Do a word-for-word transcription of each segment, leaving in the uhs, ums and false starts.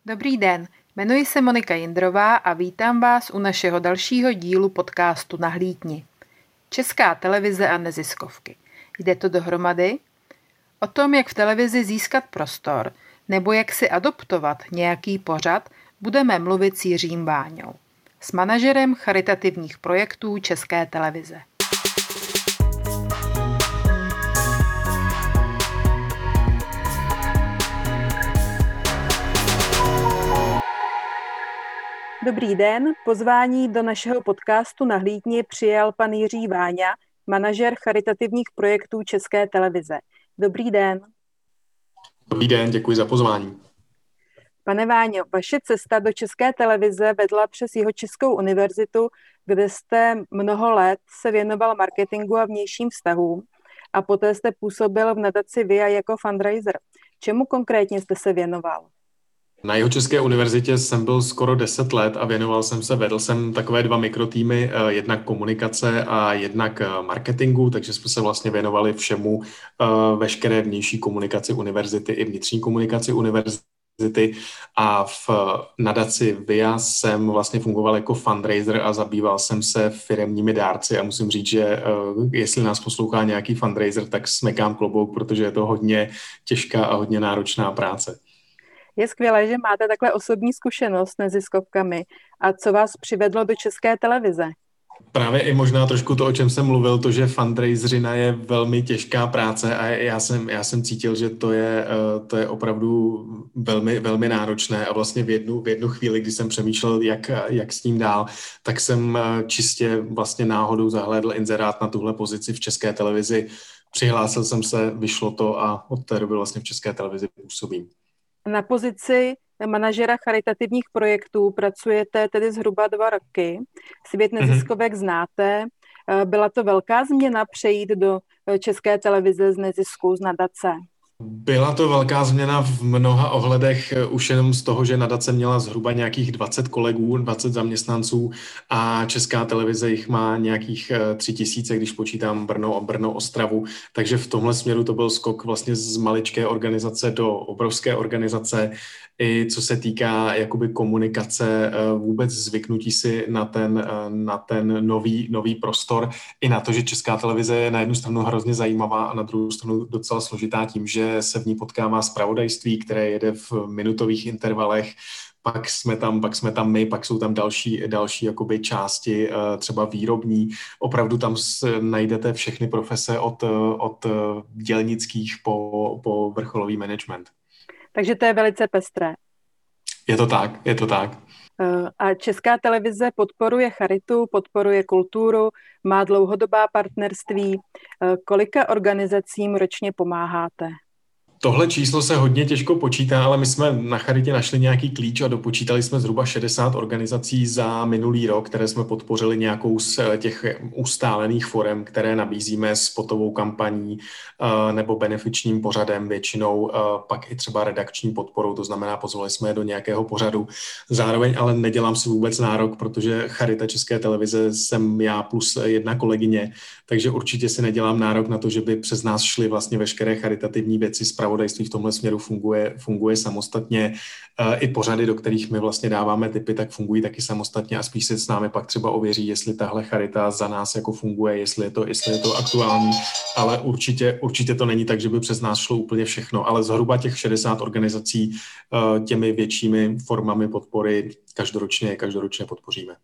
Dobrý den, jmenuji se Monika Jindrová a vítám vás u našeho dalšího dílu podcastu Nahlídni. Česká televize a neziskovky. Jde to dohromady? O tom, jak v televizi získat prostor nebo jak si adoptovat nějaký pořad, budeme mluvit s Jiřím Váňou, s manažerem charitativních projektů České televize. Dobrý den, pozvání do našeho podcastu Nahlídni přijal pan Jiří Váňa, manažer charitativních projektů České televize. Dobrý den. Dobrý den, děkuji za pozvání. Pane Váňo, vaše cesta do České televize vedla přes Jihočeskou univerzitu, kde jste mnoho let se věnoval marketingu a vnějším vztahům a poté jste působil v nadaci V I A jako fundraiser. Čemu konkrétně jste se věnoval? Na Jihočeské univerzitě jsem byl skoro deset let a věnoval jsem se, vedl jsem takové dva mikrotýmy, jednak komunikace a jednak marketingu, takže jsme se vlastně věnovali všemu, veškeré vnější komunikaci univerzity i vnitřní komunikaci univerzity. A v nadaci V I A jsem vlastně fungoval jako fundraiser a zabýval jsem se firemními dárci a musím říct, že jestli nás poslouchá nějaký fundraiser, tak smekám klobouk, protože je to hodně těžká a hodně náročná práce. Je skvělé, že máte takhle osobní zkušenost s neziskovkami. A co vás přivedlo do České televize? Právě i možná trošku to, o čem jsem mluvil, to, že fundraiserina je velmi těžká práce a já jsem, já jsem cítil, že to je, to je opravdu velmi, velmi náročné a vlastně v jednu, v jednu chvíli, kdy jsem přemýšlel, jak, jak s tím dál, tak jsem čistě vlastně náhodou zahlédl inzerát na tuhle pozici v České televizi. Přihlásil jsem se, vyšlo to a od té doby vlastně v České televizi působím. Na pozici manažera charitativních projektů pracujete tedy zhruba dva roky. Svět neziskovek znáte. Byla to velká změna přejít do České televize z nezisku, z nadace? Byla to velká změna v mnoha ohledech, už jenom z toho, že nadace měla zhruba nějakých dvacet kolegů, dvacet zaměstnanců a Česká televize jich má nějakých tři tisíce, když počítám Brno, Brno, Ostravu. Takže v tomhle směru to byl skok vlastně z maličké organizace do obrovské organizace. I co se týká jakoby komunikace, vůbec zvyknutí si na ten, na ten nový, nový prostor, i na to, že Česká televize je na jednu stranu hrozně zajímavá a na druhou stranu docela složitá tím, že se v ní potkává zpravodajství, které jede v minutových intervalech, pak jsme tam, pak jsme tam my, pak jsou tam další, další jakoby části, třeba výrobní. Opravdu tam najdete všechny profese od, od dělnických po, po vrcholový management. Takže to je velice pestré. Je to tak, je to tak. A Česká televize podporuje charitu, podporuje kulturu, má dlouhodobá partnerství. Kolika organizacím ročně pomáháte? Tohle číslo se hodně těžko počítá, ale my jsme na charitě našli nějaký klíč a dopočítali jsme zhruba šedesát organizací za minulý rok, které jsme podpořili nějakou z těch ustálených forem, které nabízíme spotovou kampaní nebo benefičním pořadem, většinou pak i třeba redakční podporou, to znamená pozvali jsme je do nějakého pořadu. Zároveň ale nedělám si vůbec nárok, protože charita České televize jsem já plus jedna kolegyně, takže určitě si nedělám nárok na to, že by přes nás šly vlastně veškeré charitativní věci. Zpravodajství v tomhle směru funguje, funguje samostatně. I pořady, do kterých my vlastně dáváme tipy, tak fungují taky samostatně a spíš se s námi pak třeba ověří, jestli tahle charita za nás jako funguje, jestli je to, jestli je to aktuální, ale určitě, určitě to není tak, že by přes nás šlo úplně všechno, ale zhruba těch šedesát organizací těmi většími formami podpory každoročně, každoročně podpoříme.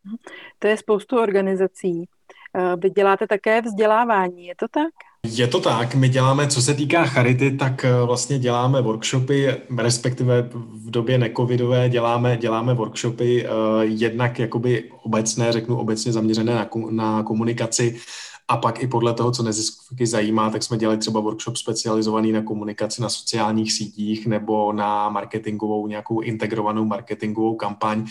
To je spoustu organizací. Vy děláte také vzdělávání, je to tak? Je to tak, my děláme, co se týká charity, tak vlastně děláme workshopy, respektive v době necovidové děláme, děláme workshopy jednak jakoby obecné, řeknu obecně zaměřené na, na komunikaci a pak i podle toho, co neziskovky zajímá, tak jsme dělali třeba workshop specializovaný na komunikaci na sociálních sítích nebo na marketingovou, nějakou integrovanou marketingovou kampaň.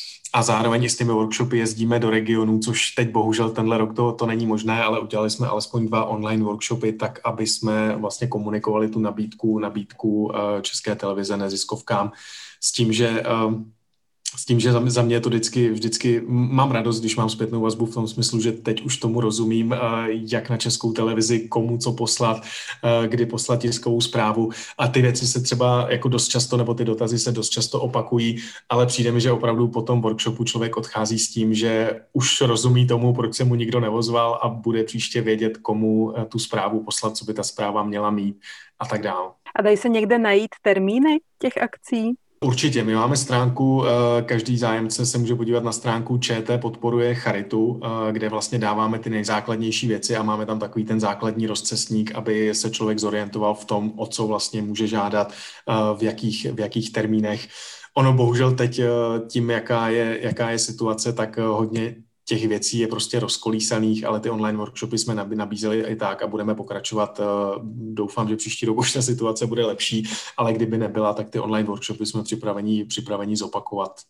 A zároveň i s těmi workshopy jezdíme do regionů, což teď bohužel tenhle rok to, to není možné, ale udělali jsme alespoň dva online workshopy, tak aby jsme vlastně komunikovali tu nabídku, nabídku České televize neziskovkám s tím, že S tím, že za mě je to vždycky, vždycky mám radost, když mám zpětnou vazbu v tom smyslu, že teď už tomu rozumím, jak na Českou televizi, komu co poslat, kdy poslat tiskovou zprávu a ty věci se třeba jako dost často, nebo ty dotazy se dost často opakují, ale přijde mi, že opravdu po tom workshopu člověk odchází s tím, že už rozumí tomu, proč se mu nikdo nevozval a bude příště vědět, komu tu zprávu poslat, co by ta zpráva měla mít a tak dále. A dají se někde najít termíny těch akcí? Určitě, my máme stránku, každý zájemce se může podívat na stránku ČT podporuje charitu, kde vlastně dáváme ty nejzákladnější věci a máme tam takový ten základní rozcestník, aby se člověk zorientoval v tom, o co vlastně může žádat, v jakých, v jakých termínech. Ono bohužel teď tím, jaká je, jaká je situace, tak hodně těch věcí je prostě rozkolísaných, ale ty online workshopy jsme nabízeli i tak a budeme pokračovat. Doufám, že příští rok už ta situace bude lepší, ale kdyby nebyla, tak ty online workshopy jsme připraveni, připraveni zopakovat.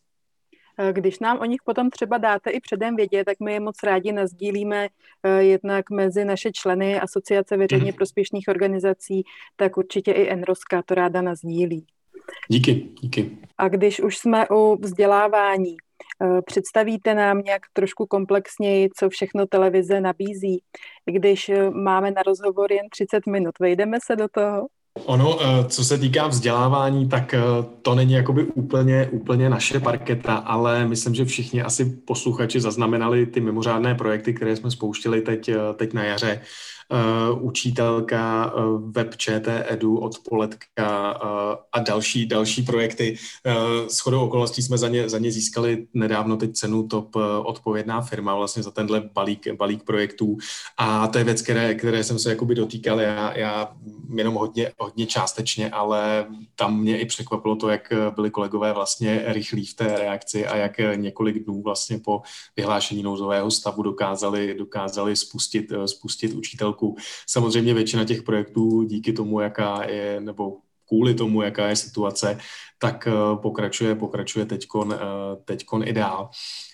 Když nám o nich potom třeba dáte i předem vědět, tak my je moc rádi nasdílíme jednak mezi naše členy Asociace veřejně prospěšných organizací, tak určitě i Enroska to ráda nasdílí. Díky, díky. A když už jsme u vzdělávání, představíte nám nějak trošku komplexněji, co všechno televize nabízí? Když máme na rozhovor jen třicet minut, vejdeme se do toho? Ono, co se týká vzdělávání, tak to není jakoby úplně, úplně naše parketa, ale myslím, že všichni asi posluchači zaznamenali ty mimořádné projekty, které jsme spouštili teď, teď na jaře. Uh, učitelka, uh, web ČT Edu od Poletka uh, a další, další projekty. Uh, shodou okolností jsme za ně, za ně získali nedávno teď cenu Top uh, odpovědná firma vlastně za tenhle balík, balík projektů a to je věc, které, které jsem se jakoby dotýkal já, já jenom hodně, hodně částečně, ale tam mě i překvapilo to, jak byli kolegové vlastně rychlí v té reakci a jak několik dnů vlastně po vyhlášení nouzového stavu dokázali, dokázali spustit, spustit učitelku. Samozřejmě většina těch projektů díky tomu, jaká je, nebo kvůli tomu, jaká je situace, tak pokračuje, pokračuje teďkon, teďkon i dál.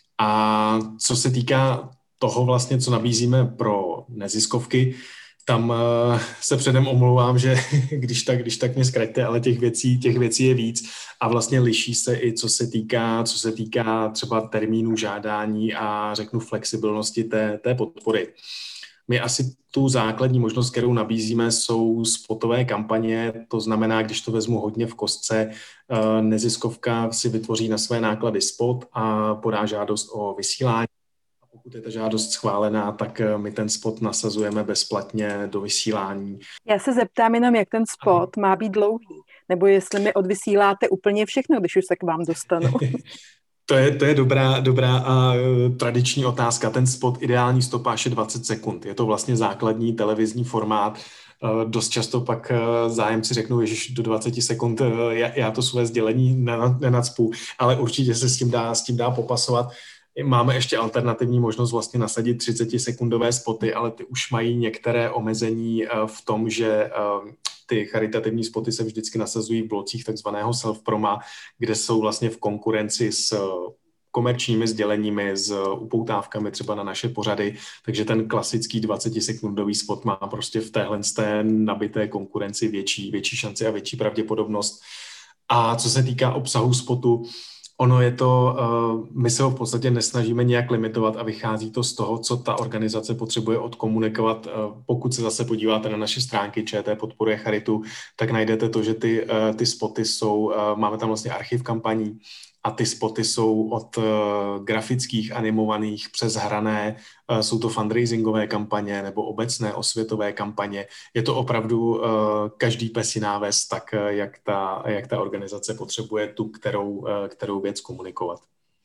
A co se týká toho vlastně, co nabízíme pro neziskovky, tam se předem omlouvám, že když tak, když tak mě zkraťte, ale těch věcí, těch věcí je víc a vlastně liší se i co se týká, co se týká třeba termínů žádání a řeknu flexibilnosti té, té podpory. My asi tu základní možnost, kterou nabízíme, jsou spotové kampaně, to znamená, když to vezmu hodně v kostce, neziskovka si vytvoří na své náklady spot a podá žádost o vysílání. A pokud je ta žádost schválená, tak my ten spot nasazujeme bezplatně do vysílání. Já se zeptám jenom, jak ten spot má být dlouhý, nebo jestli mi odvysíláte úplně všechno, když už se k vám dostanu. To je, to je dobrá, dobrá a tradiční otázka. Ten spot, ideální stopáž je dvacet sekund. Je to vlastně základní televizní formát. Dost často pak zájemci řeknou, ježiš, do dvacet sekund já, já to své sdělení nenacpu, ale určitě se s tím dá, s tím dá popasovat. Máme ještě alternativní možnost vlastně nasadit třicetisekundové spoty, ale ty už mají některé omezení v tom, že ty charitativní spoty se vždycky nasazují v blocích takzvaného self-proma, kde jsou vlastně v konkurenci s komerčními sděleními, s upoutávkami třeba na naše pořady, takže ten klasický dvacetisekundový spot má prostě v téhle té nabité konkurenci větší, větší šanci a větší pravděpodobnost. A co se týká obsahu spotu, ono je to, my se ho v podstatě nesnažíme nějak limitovat a vychází to z toho, co ta organizace potřebuje odkomunikovat. Pokud se zase podíváte na naše stránky ČT podporuje charitu, tak najdete to, že ty, ty spoty jsou, máme tam vlastně archiv kampaní a ty spoty jsou od grafických, animovaných přes hrané, jsou to fundraisingové kampaně nebo obecné osvětové kampaně. Je to opravdu každý pes jiná ves, tak jak ta, jak ta organizace potřebuje tu, kterou, kterou věc komunikovat.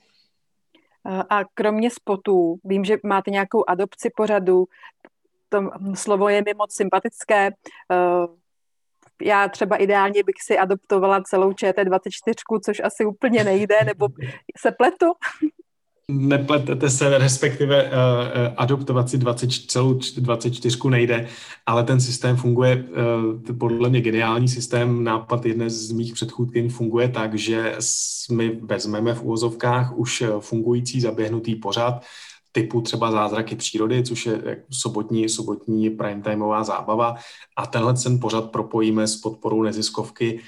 A kromě spotů, vím, že máte nějakou adopci pořadu, to slovo je mi moc sympatické. Já třeba ideálně bych si adoptovala celou Č T dvacet čtyři, což asi úplně nejde, nebo se pletu? Nepletete se, respektive uh, adoptovat si dvacet, celou dvacet čtyři nejde, ale ten systém funguje, uh, podle mě geniální systém, nápad jedné z mých předchůdkyň funguje tak, že my vezmeme v úvozovkách už fungující zaběhnutý pořad, typu třeba Zázraky přírody, což je sobotní, sobotní primetimeová zábava a tenhle ten pořad propojíme s podporou neziskovky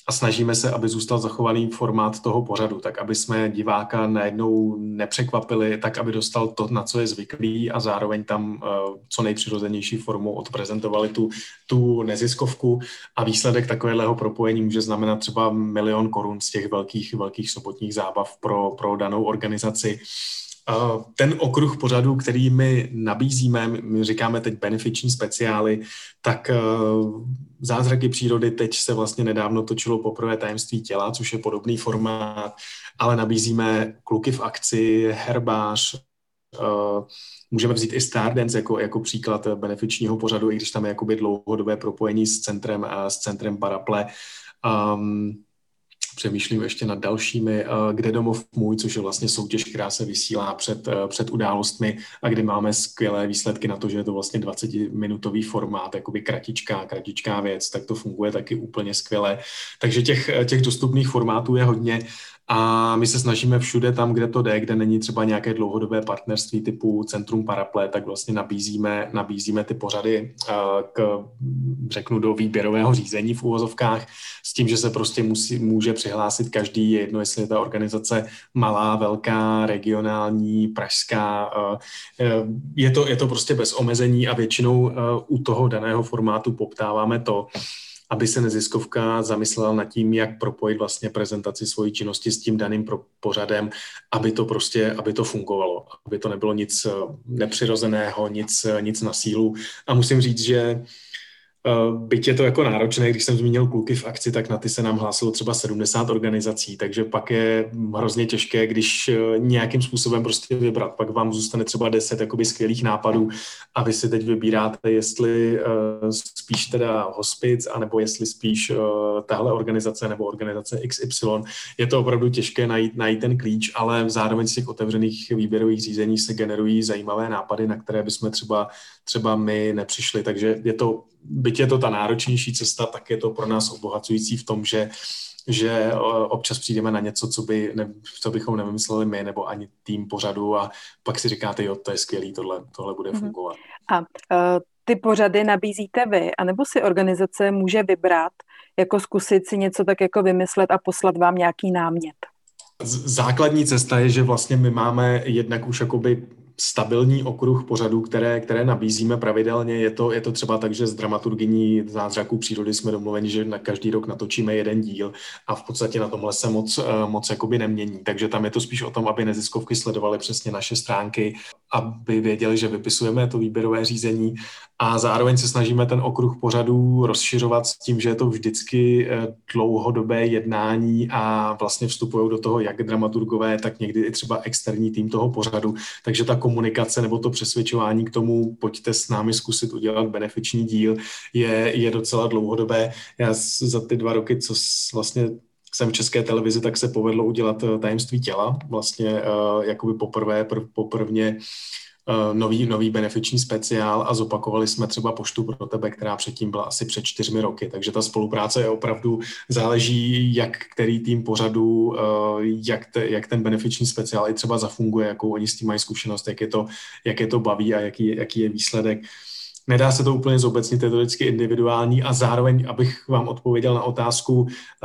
a snažíme se, aby zůstal zachovaný formát toho pořadu, tak aby jsme diváka najednou nepřekvapili, tak aby dostal to, na co je zvyklý a zároveň tam uh, co nejpřirozenější formou odprezentovali tu, tu neziskovku a výsledek takového propojení může znamenat třeba milion korun z těch velkých, velkých sobotních zábav pro, pro danou organizaci. Ten okruh pořadů, který my nabízíme, my říkáme teď benefiční speciály, tak Zázraky přírody teď se vlastně nedávno točilo poprvé Tajemství těla, což je podobný formát, ale nabízíme Kluky v akci, Herbář, můžeme vzít i Stardance jako, jako příklad benefičního pořadu, i když tam je jakoby dlouhodobé propojení s centrem, s centrem Paraple. Um, Přemýšlím ještě nad dalšími, Kde domov můj, což je vlastně soutěž, která se vysílá před, před událostmi a kdy máme skvělé výsledky na to, že je to vlastně dvacetiminutový formát, jakoby kratičká, kratičká věc, tak to funguje taky úplně skvěle. Takže těch, těch dostupných formátů je hodně. A my se snažíme všude tam, kde to jde, kde není třeba nějaké dlouhodobé partnerství typu Centrum Paraple, tak vlastně nabízíme, nabízíme ty pořady k, řeknu, do výběrového řízení v uvozovkách s tím, že se prostě musí, může přihlásit každý, jedno jestli je ta organizace malá, velká, regionální, pražská. Je to, je to prostě bez omezení a většinou u toho daného formátu poptáváme to, aby se neziskovka zamyslela nad tím, jak propojit vlastně prezentaci svojí činnosti s tím daným pořadem, aby to prostě, aby to fungovalo, aby to nebylo nic nepřirozeného, nic, nic na sílu. A musím říct, že byť je to jako náročné, když jsem zmínil Kluky v akci, tak na ty se nám hlásilo třeba sedmdesát organizací, takže pak je hrozně těžké, když nějakým způsobem prostě vybrat. Pak vám zůstane třeba deset jakoby skvělých nápadů a vy si teď vybíráte, jestli uh, spíš teda hospic, anebo jestli spíš uh, tahle organizace nebo organizace X Y. Je to opravdu těžké najít, najít ten klíč, ale zároveň z těch otevřených výběrových řízení se generují zajímavé nápady, na které bychom třeba, třeba my nepřišli. Takže je to byť je to ta náročnější cesta, tak je to pro nás obohacující v tom, že, že občas přijdeme na něco, co, by, ne, co bychom nevymysleli my, nebo ani tým pořadu a pak si říkáte, jo, to je skvělý, tohle, tohle bude fungovat. A uh, ty pořady nabízíte vy, anebo si organizace může vybrat, jako zkusit si něco tak jako vymyslet a poslat vám nějaký námět? Základní cesta je, že vlastně my máme jednak už jakoby stabilní okruh pořadů, které, které nabízíme pravidelně. Je to, je to třeba tak, že s dramaturgyní Zázraků přírody jsme domluveni, že na každý rok natočíme jeden díl a v podstatě na tomhle se moc, moc jakoby nemění. Takže tam je to spíš o tom, aby neziskovky sledovaly přesně naše stránky, aby věděli, že vypisujeme to výběrové řízení a zároveň se snažíme ten okruh pořadů rozšiřovat s tím, že je to vždycky dlouhodobé jednání a vlastně vstupují do toho jak dramaturgové, tak někdy i třeba externí tým toho pořadu. Takže ta komunikace nebo to přesvědčování k tomu, pojďte s námi zkusit udělat benefiční díl, je, je docela dlouhodobé. Já za ty dva roky, co vlastně jsem v České televizi, tak se povedlo udělat Tajemství těla, vlastně uh, jakoby poprvé, prv, poprvně uh, nový, nový benefiční speciál a zopakovali jsme třeba Poštu pro tebe, která předtím byla asi před čtyřmi roky, takže ta spolupráce je opravdu, záleží, jak který tým pořadu, uh, jak, te, jak ten benefiční speciál i třeba zafunguje, jakou oni s tím mají zkušenost, jak je to, jak je to baví a jaký, jaký je výsledek. Nedá se to úplně zobecnit, je to vždycky individuální a zároveň, abych vám odpověděl na otázku,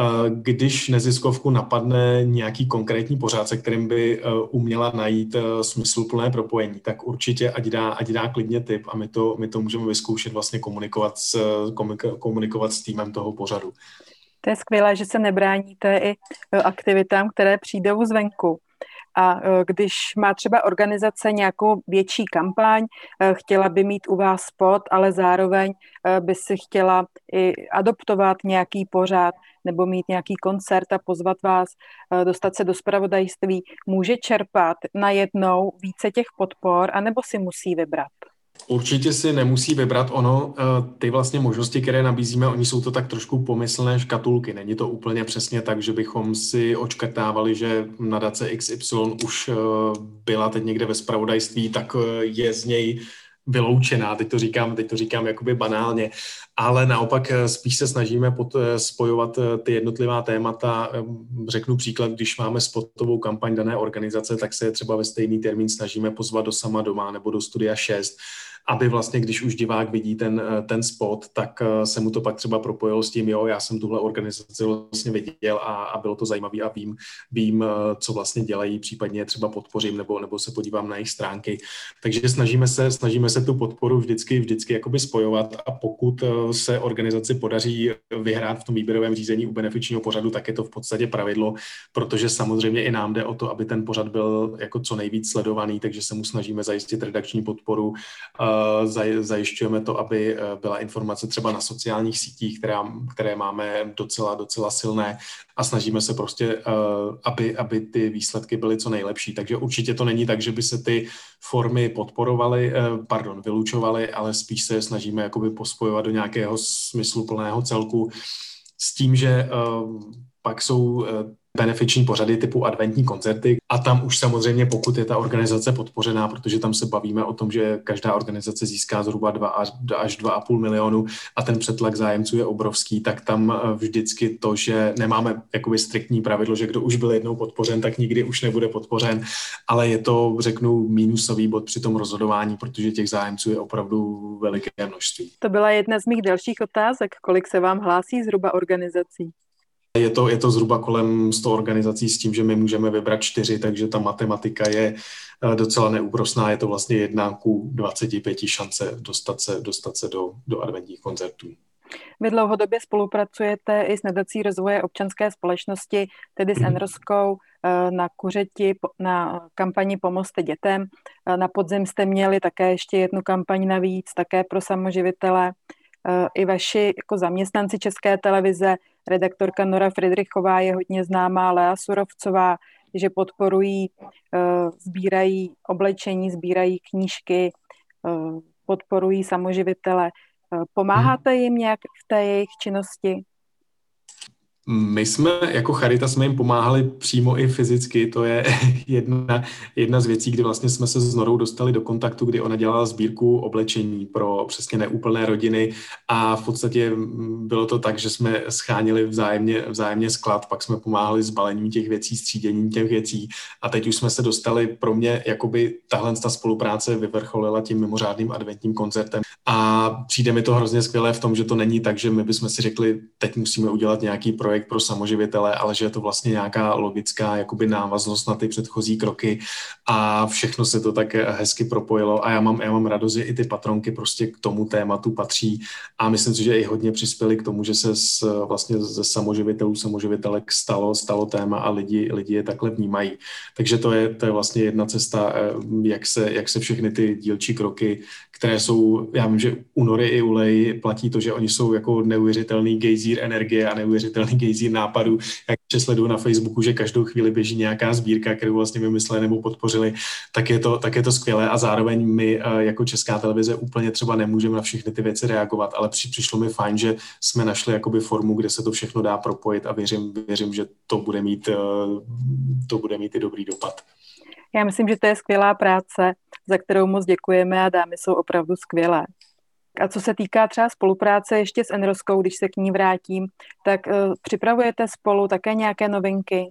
když neziskovku napadne nějaký konkrétní pořad, se kterým by uměla najít smysluplné propojení, tak určitě ať dá, ať dá klidně tip a my to, my to můžeme vyzkoušet vlastně komunikovat s, komunikovat s týmem toho pořadu. To je skvělé, že se nebráníte i aktivitám, které přijdou zvenku. A když má třeba organizace nějakou větší kampaň, chtěla by mít u vás spot, ale zároveň by si chtěla i adoptovat nějaký pořad nebo mít nějaký koncert a pozvat vás, dostat se do zpravodajství, může čerpat najednou více těch podpor, anebo si musí vybrat? Určitě si nemusí vybrat ono, ty vlastně možnosti, které nabízíme, oni jsou to tak trošku pomyslné škatulky. Není to úplně přesně tak, že bychom si očkrtávali, že nadace X Y už byla teď někde ve zpravodajství, tak je z něj vyloučená. Teď to říkám, teď to říkám jakoby banálně, ale naopak spíš se snažíme pod, spojovat ty jednotlivá témata. Řeknu příklad, když máme spotovou kampaň dané organizace, tak se třeba ve stejný termín snažíme pozvat do Sama doma nebo do Studia šest, aby vlastně, když už divák vidí ten, ten spot, tak se mu to pak třeba propojilo s tím, jo, já jsem tuhle organizaci vlastně viděl a, a bylo to zajímavé a vím, vím, co vlastně dělají, případně je třeba podpořím nebo, nebo se podívám na jejich stránky. Takže snažíme se, snažíme se tu podporu vždycky, vždycky jakoby spojovat a pokud se organizaci podaří vyhrát v tom výběrovém řízení u benefičního pořadu, tak je to v podstatě pravidlo, protože samozřejmě i nám jde o to, aby ten pořad byl jako co nejvíc sledovaný, takže se mu snažíme zajistit redakční podporu. Zajišťujeme to, aby byla informace třeba na sociálních sítích, které, které máme docela, docela silné a snažíme se prostě, aby, aby ty výsledky byly co nejlepší. Takže určitě to není tak, že by se ty formy podporovaly, pardon, vylučovaly, ale spíš se snažíme jakoby pospojovat do nějakého smysluplného celku s tím, že pak jsou benefiční pořady typu adventní koncerty a tam už samozřejmě, pokud je ta organizace podpořená, protože tam se bavíme o tom, že každá organizace získá zhruba dva až dva a půl milionu a ten přetlak zájemců je obrovský, tak tam vždycky to, že nemáme jakoby striktní pravidlo, že kdo už byl jednou podpořen, tak nikdy už nebude podpořen, ale je to, řeknu, mínusový bod při tom rozhodování, protože těch zájemců je opravdu veliké množství. To byla jedna z mých dalších otázek, kolik se vám hlásí zhruba organizací? Je to, je to zhruba kolem sto organizací s tím, že my můžeme vybrat čtyři, takže ta matematika je docela neúprosná. Je to vlastně jedna ku dvaceti pěti šance dostat se, dostat se do, do adventních koncertů. Vy dlouhodobě spolupracujete i s nadací rozvoje občanské společnosti, tedy s Enroskou, na Kuřeti, na kampani Pomozte dětem. Na podzim jste měli také ještě jednu kampaň navíc, také pro samoživitele. I vaši jako zaměstnanci České televize, redaktorka Nora Friedrichová je hodně známá, Lea Surovcová, že podporují, sbírají oblečení, sbírají knížky, podporují samoživitele. Pomáháte jim nějak v té jejich činnosti? My jsme jako Charita jsme jim pomáhali přímo i fyzicky, to je jedna, jedna z věcí, kdy vlastně jsme se s Norou dostali do kontaktu, kdy ona dělala sbírku oblečení pro přesně neúplné rodiny a v podstatě bylo to tak, že jsme schánili vzájemně, vzájemně sklad, pak jsme pomáhali s balením těch věcí, stříděním těch věcí a teď už jsme se dostali, pro mě jakoby tahle ta spolupráce vyvrcholila tím mimořádným adventním koncertem a přijde mi to hrozně skvělé v tom, že to není tak, že my bychom si řekli, teď musíme udělat nějaký projekt pro samoživitele, ale že je to vlastně nějaká logická jakoby návaznost na ty předchozí kroky a všechno se to tak hezky propojilo a já mám, já mám radost, že i ty patronky prostě k tomu tématu patří a myslím si, že i hodně přispěli k tomu, že se z, vlastně ze samoživitelů, samoživitelek stalo, stalo téma a lidi, lidi je takhle vnímají. Takže to je, to je vlastně jedna cesta, jak se, jak se všechny ty dílčí kroky, které jsou, já vím, že u Nory i u Leji platí to, že oni jsou jako neuvěřitelný gejzír energie a neuvěřitelný gejzír nápadů. Jak se sleduju na Facebooku, že každou chvíli běží nějaká sbírka, kterou vlastně vymysleli nebo podpořili, tak je to, tak je to skvělé a zároveň my jako Česká televize úplně třeba nemůžeme na všechny ty věci reagovat, ale při, přišlo mi fajn, že jsme našli jakoby formu, kde se to všechno dá propojit a věřím, věřím, že to bude mít, to bude mít i dobrý dopad. Já myslím, že to je skvělá práce, za kterou moc děkujeme a dámy jsou opravdu skvělé. A co se týká třeba spolupráce ještě s Enroskou, když se k ní vrátím, tak uh, připravujete spolu také nějaké novinky?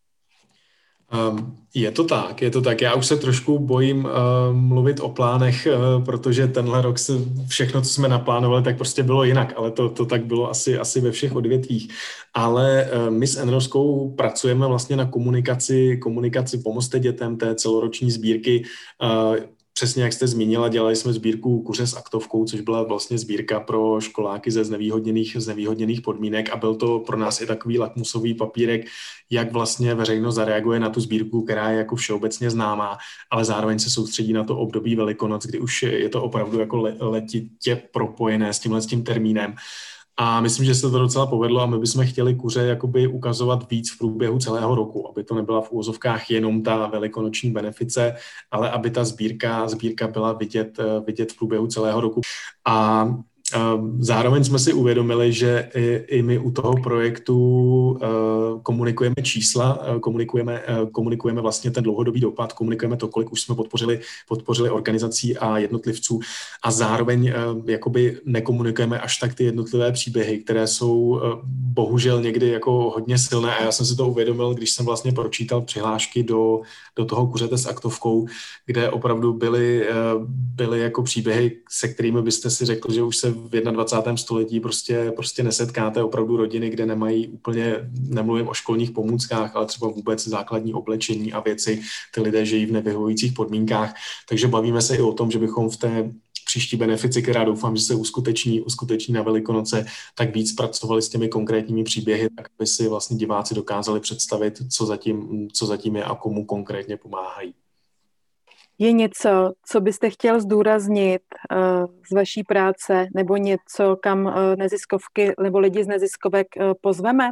Um, je to tak, je to tak. Já už se trošku bojím uh, mluvit o plánech, uh, protože tenhle rok se všechno, co jsme naplánovali, tak prostě bylo jinak, ale to, to tak bylo asi, asi ve všech odvětvích. Ale uh, my s Enroskou pracujeme vlastně na komunikaci, komunikaci Pomozte dětem, té celoroční sbírky. Uh, Přesně jak jste zmínila, dělali jsme sbírku Kuře s aktovkou, což byla vlastně sbírka pro školáky ze znevýhodněných, znevýhodněných podmínek a byl to pro nás i takový lakmusový papírek, jak vlastně veřejnost zareaguje na tu sbírku, která je jako všeobecně známá, ale zároveň se soustředí na to období Velikonoc, kdy už je to opravdu jako letitě propojené s tímhle s tím termínem. A myslím, že se to docela povedlo a my bychom chtěli kuře jakoby ukazovat víc v průběhu celého roku, aby to nebyla v úvozovkách jenom ta velikonoční benefice, ale aby ta sbírka, sbírka byla vidět, vidět v průběhu celého roku. A Zároveň jsme si uvědomili, že i, i my u toho projektu komunikujeme čísla, komunikujeme, komunikujeme vlastně ten dlouhodobý dopad, komunikujeme to, kolik už jsme podpořili, podpořili organizací a jednotlivců a zároveň jakoby nekomunikujeme až tak ty jednotlivé příběhy, které jsou bohužel někdy jako hodně silné a já jsem si to uvědomil, když jsem vlastně pročítal přihlášky do, do toho Kuřete s aktovkou, kde opravdu byly, byly jako příběhy, se kterými byste si řekl, že už se v dvacátém prvním století prostě, prostě nesetkáte opravdu rodiny, kde nemají úplně, nemluvím o školních pomůckách, ale třeba vůbec základní oblečení a věci. Ty lidé žijí v nevyhovujících podmínkách. Takže bavíme se i o tom, že bychom v té příští benefici, která doufám, že se uskuteční, uskuteční na Velikonoce, tak víc pracovali s těmi konkrétními příběhy, tak aby si vlastně diváci dokázali představit, co zatím, co zatím je a komu konkrétně pomáhají. Je něco, co byste chtěl zdůraznit uh, z vaší práce, nebo něco, kam uh, neziskovky nebo lidi z neziskovek uh, pozveme?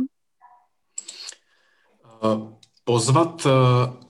Uh, pozvat uh,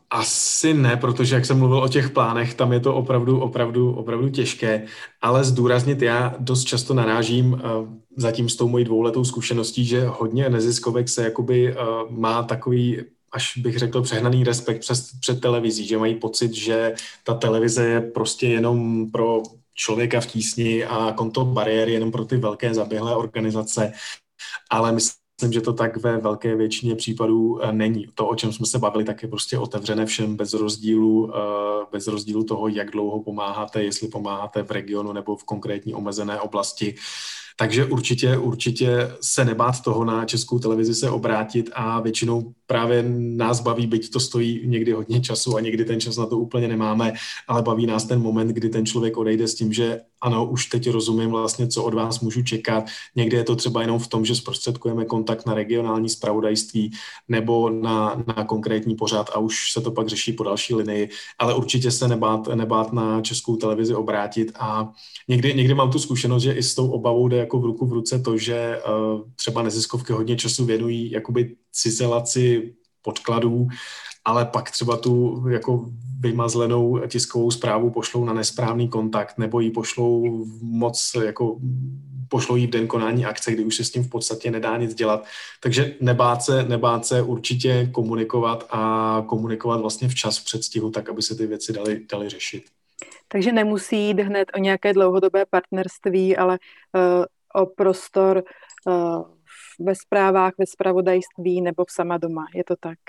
asi ne, protože jak jsem mluvil o těch plánech, tam je to opravdu, opravdu, opravdu těžké, ale zdůraznit já dost často narážím uh, zatím s tou mojí dvouletou zkušeností, že hodně neziskovek se jakoby uh, má takový, až bych řekl, přehnaný respekt přes, před televizí, že mají pocit, že ta televize je prostě jenom pro člověka v tísni a konto bariéry jenom pro ty velké zaběhlé organizace, ale myslím, že to tak ve velké většině případů není. To, o čem jsme se bavili, tak je prostě otevřené všem bez rozdílu, bez rozdílu toho, jak dlouho pomáháte, jestli pomáháte v regionu nebo v konkrétní omezené oblasti. Takže určitě, určitě se nebát toho na Českou televizi se obrátit a většinou právě nás baví, byť to stojí někdy hodně času a někdy ten čas na to úplně nemáme, ale baví nás ten moment, kdy ten člověk odejde s tím, že ano, už teď rozumím vlastně, co od vás můžu čekat. Někdy je to třeba jenom v tom, že zprostředkujeme kontakt na regionální zpravodajství nebo na, na konkrétní pořad a už se to pak řeší po další linii, ale určitě se nebát, nebát na Českou televizi obrátit a někdy, někdy mám tu zkušenost, že i s tou obavou jde jako v ruku v ruce to, že uh, třeba neziskovky hodně času věnují jakoby cizelaci podkladů, ale pak třeba tu jako vymazlenou tiskovou zprávu pošlou na nesprávný kontakt nebo ji pošlou moc jako pošlou jí v den konání akce, kdy už se s tím v podstatě nedá nic dělat. Takže nebát se, nebát se určitě komunikovat a komunikovat vlastně včas v předstihu, tak aby se ty věci daly, daly řešit. Takže nemusí jít hned o nějaké dlouhodobé partnerství, ale uh, o prostor uh, ve zprávách, ve zpravodajství nebo v sama doma. Je to tak?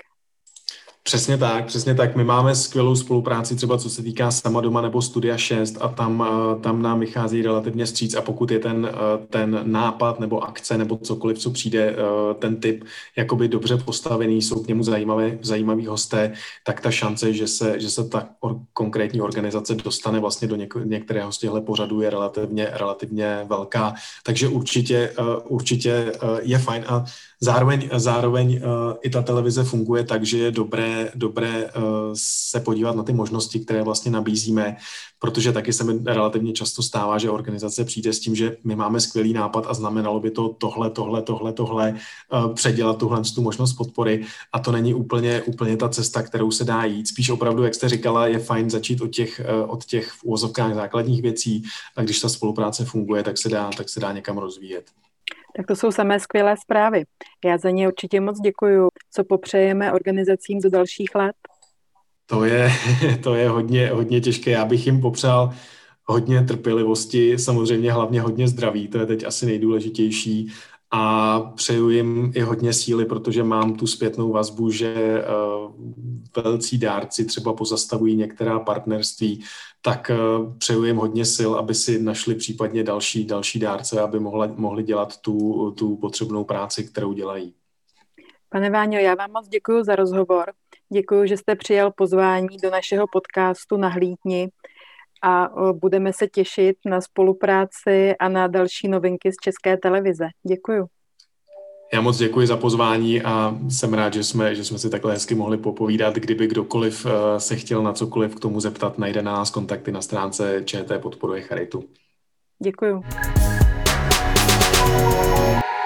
Přesně tak, přesně tak. My máme skvělou spolupráci třeba co se týká Sama doma nebo Studia šest a tam, tam nám vychází relativně vstříc a pokud je ten, ten nápad nebo akce nebo cokoliv, co přijde, ten typ jakoby dobře postavený, jsou k němu zajímavé, zajímaví hosté, tak ta šance, že se, že se ta or, konkrétní organizace dostane vlastně do něk, některého z těchto pořadů je relativně, relativně velká. Takže určitě, určitě je fajn a zároveň, zároveň i ta televize funguje tak, že je dobré dobré se podívat na ty možnosti, které vlastně nabízíme, protože taky se mi relativně často stává, že organizace přijde s tím, že my máme skvělý nápad a znamenalo by to tohle, tohle, tohle, tohle, předělat tuhle tu možnost podpory a to není úplně, úplně ta cesta, kterou se dá jít. Spíš opravdu, jak jste říkala, je fajn začít od těch, od těch v úvozovkách základních věcí a když ta spolupráce funguje, tak se dá, tak se dá někam rozvíjet. Tak to jsou samé skvělé zprávy. Já za ně určitě moc děkuju. Co popřejeme organizacím do dalších let? To je, to je hodně, hodně těžké. Já bych jim popřál hodně trpělivosti, samozřejmě hlavně hodně zdraví, to je teď asi nejdůležitější. A přeju jim i hodně síly, protože mám tu zpětnou vazbu, že uh, velcí dárci třeba pozastavují některá partnerství, tak uh, přeju jim hodně sil, aby si našli případně další, další dárce, aby mohla, mohli dělat tu, tu potřebnou práci, kterou dělají. Pane Váňo, já vám moc děkuji za rozhovor. Děkuji, že jste přijal pozvání do našeho podcastu Nahlídni a budeme se těšit na spolupráci a na další novinky z České televize. Děkuji. Já moc děkuji za pozvání a jsem rád, že jsme, že jsme si takhle hezky mohli popovídat. Kdyby kdokoliv se chtěl na cokoliv k tomu zeptat, najde na nás kontakty na stránce ČT podporuje charitu. Děkuji.